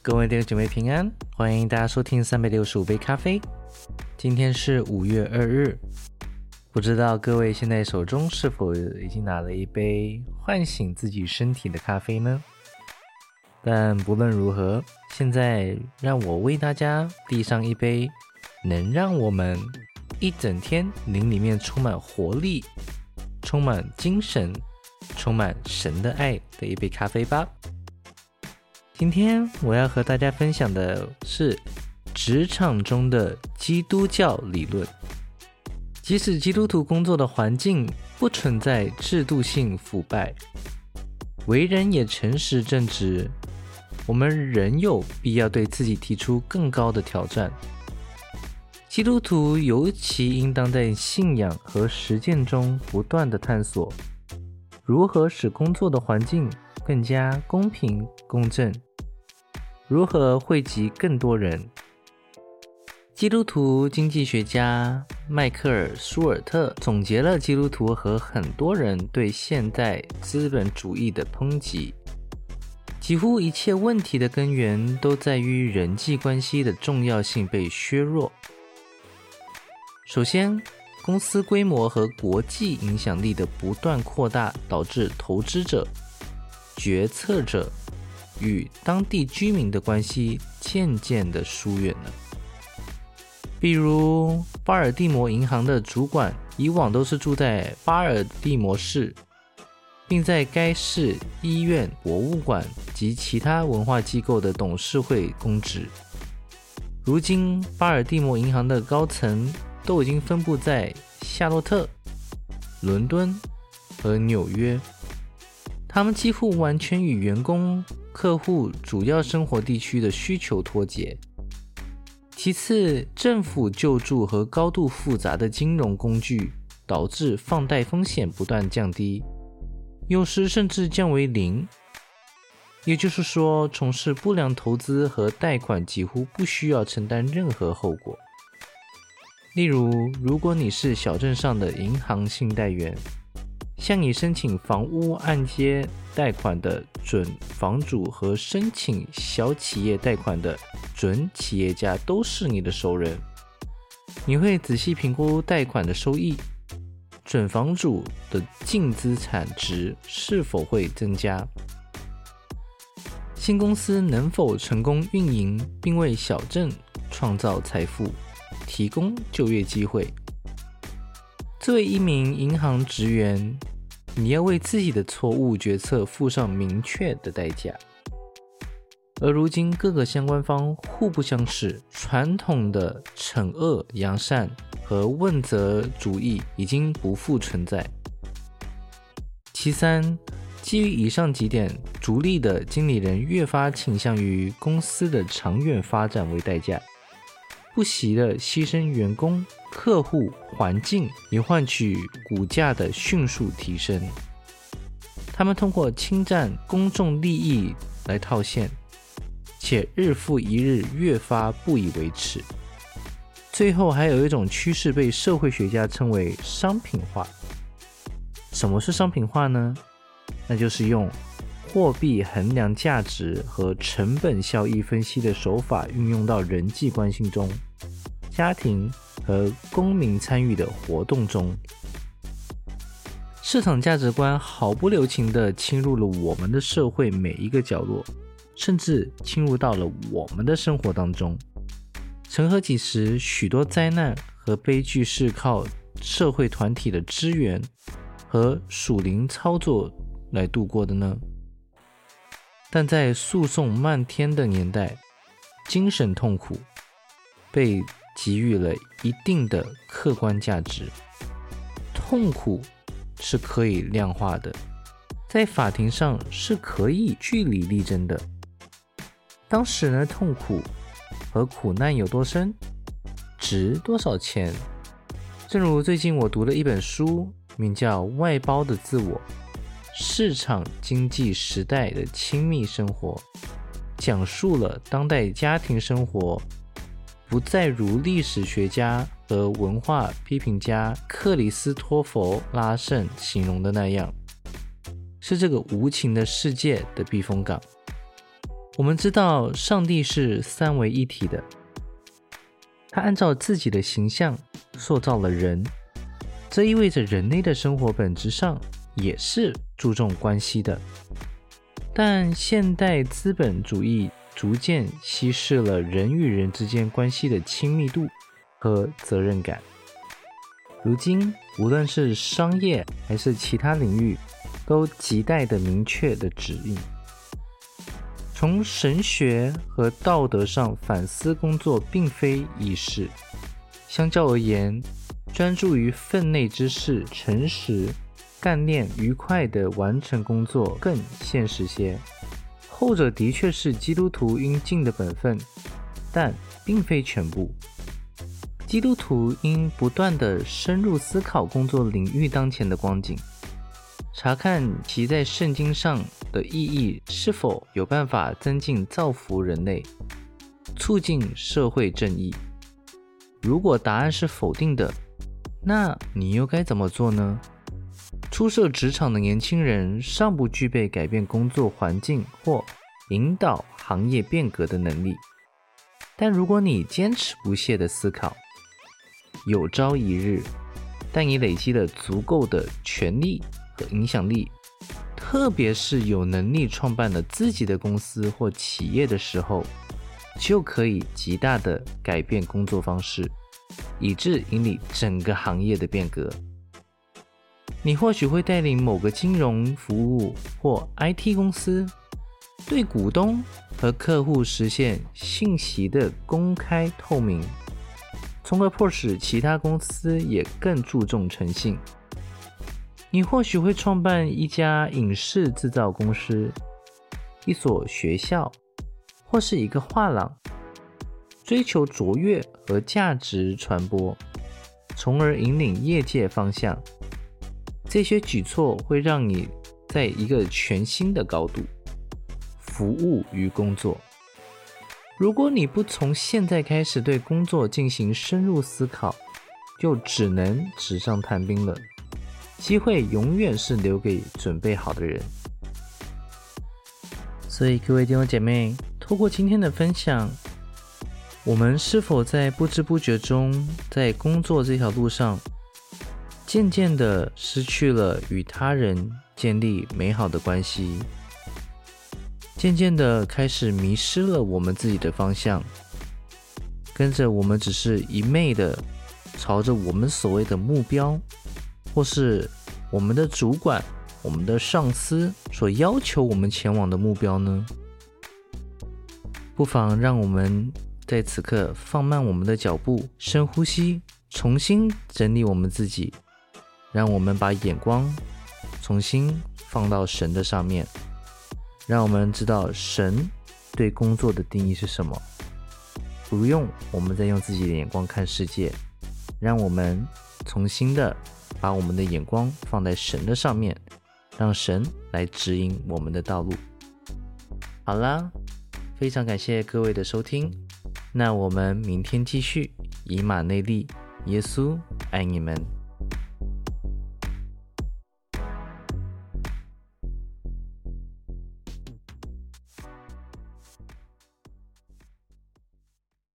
各位弟兄姐妹平安，欢迎大家收听365杯咖啡。今天是5月2日，不知道各位现在手中是否已经拿了一杯唤醒自己身体的咖啡呢？但不论如何，现在让我为大家递上一杯能让我们一整天灵里面充满活力、充满精神、充满神的爱的一杯咖啡吧。今天我要和大家分享的是职场中的基督教理论。即使基督徒工作的环境不存在制度性腐败，为人也诚实正直，我们仍有必要对自己提出更高的挑战。基督徒尤其应当在信仰和实践中不断地探索，如何使工作的环境更加公平公正，如何惠及更多人。基督徒经济学家迈克尔·舒尔特总结了基督徒和很多人对现代资本主义的抨击。几乎一切问题的根源都在于人际关系的重要性被削弱。首先，公司规模和国际影响力的不断扩大，导致投资者、决策者与当地居民的关系渐渐地疏远了。比如巴尔的摩银行的主管以往都是住在巴尔的摩市，并在该市医院、博物馆及其他文化机构的董事会公职。如今巴尔的摩银行的高层都已经分布在夏洛特、伦敦和纽约，他们几乎完全与员工、客户主要生活地区的需求脱节。其次，政府救助和高度复杂的金融工具导致放贷风险不断降低，有时甚至降为零。也就是说，从事不良投资和贷款几乎不需要承担任何后果。例如，如果你是小镇上的银行信贷员，向你申请房屋按揭贷款的准房主和申请小企业贷款的准企业家都是你的熟人。你会仔细评估贷款的收益，准房主的净资产值是否会增加，新公司能否成功运营并为小镇创造财富，提供就业机会。作为一名银行职员，你要为自己的错误决策付上明确的代价。而如今各个相关方互不相识，传统的惩恶扬善和问责主义已经不复存在。其三，基于以上几点，逐利的经理人越发倾向于公司的长远发展为代价，不惜地牺牲员工、客户、环境，以换取股价的迅速提升。他们通过侵占公众利益来套现，且日复一日越发不以为耻。最后还有一种趋势被社会学家称为商品化。什么是商品化呢？那就是用货币衡量价值和成本效益分析的手法运用到人际关系中、家庭和公民参与的活动中。市场价值观毫不留情地侵入了我们的社会每一个角落，甚至侵入到了我们的生活当中。曾何几时，许多灾难和悲剧是靠社会团体的支援和属灵操作来度过的呢？但在诉讼漫天的年代，精神痛苦被给予了一定的客观价值。痛苦是可以量化的，在法庭上是可以据理力争的。当事人的痛苦和苦难有多深，值多少钱？正如最近我读了一本书，名叫《外包的自我：市场经济时代的亲密生活》，讲述了当代家庭生活不再如历史学家和文化批评家克里斯托弗拉圣形容的那样，是这个无情的世界的避风港。 我们知道上帝是三位一体的，他按照自己的形象塑造了人，这意味着人类的生活本质上也是注重关系的。但现代资本主义逐渐稀释了人与人之间关系的亲密度和责任感。如今，无论是商业还是其他领域，都亟待的明确的指引。从神学和道德上反思工作并非易事，相较而言，专注于分内之事、诚实、干练、愉快地完成工作更现实些。后者的确是基督徒应尽的本分，但并非全部。基督徒应不断地深入思考工作领域当前的光景，查看其在圣经上的意义是否有办法增进造福人类，促进社会正义。如果答案是否定的，那你又该怎么做呢？初涉职场的年轻人尚不具备改变工作环境或引导行业变革的能力，但如果你坚持不懈地思考，有朝一日，但你累积了足够的权力和影响力，特别是有能力创办了自己的公司或企业的时候，就可以极大地改变工作方式，以致引领整个行业的变革。你或许会带领某个金融服务或 IT 公司，对股东和客户实现信息的公开透明，从而迫使其他公司也更注重诚信。你或许会创办一家影视制造公司、一所学校，或是一个画廊，追求卓越和价值传播，从而引领业界方向。这些举措会让你在一个全新的高度服务于工作。如果你不从现在开始对工作进行深入思考，就只能纸上谈兵了。机会永远是留给准备好的人。所以各位弟兄姐妹，透过今天的分享，我们是否在不知不觉中，在工作这条路上，渐渐地失去了与他人建立美好的关系，渐渐地开始迷失了我们自己的方向，跟着我们只是一昧地朝着我们所谓的目标，或是我们的主管、我们的上司所要求我们前往的目标呢？不妨让我们在此刻放慢我们的脚步，深呼吸，重新整理我们自己，让我们把眼光重新放到神的上面，让我们知道神对工作的定义是什么，不用我们再用自己的眼光看世界，让我们重新的把我们的眼光放在神的上面，让神来指引我们的道路。好啦，非常感谢各位的收听，那我们明天继续以马内利，耶稣爱你们。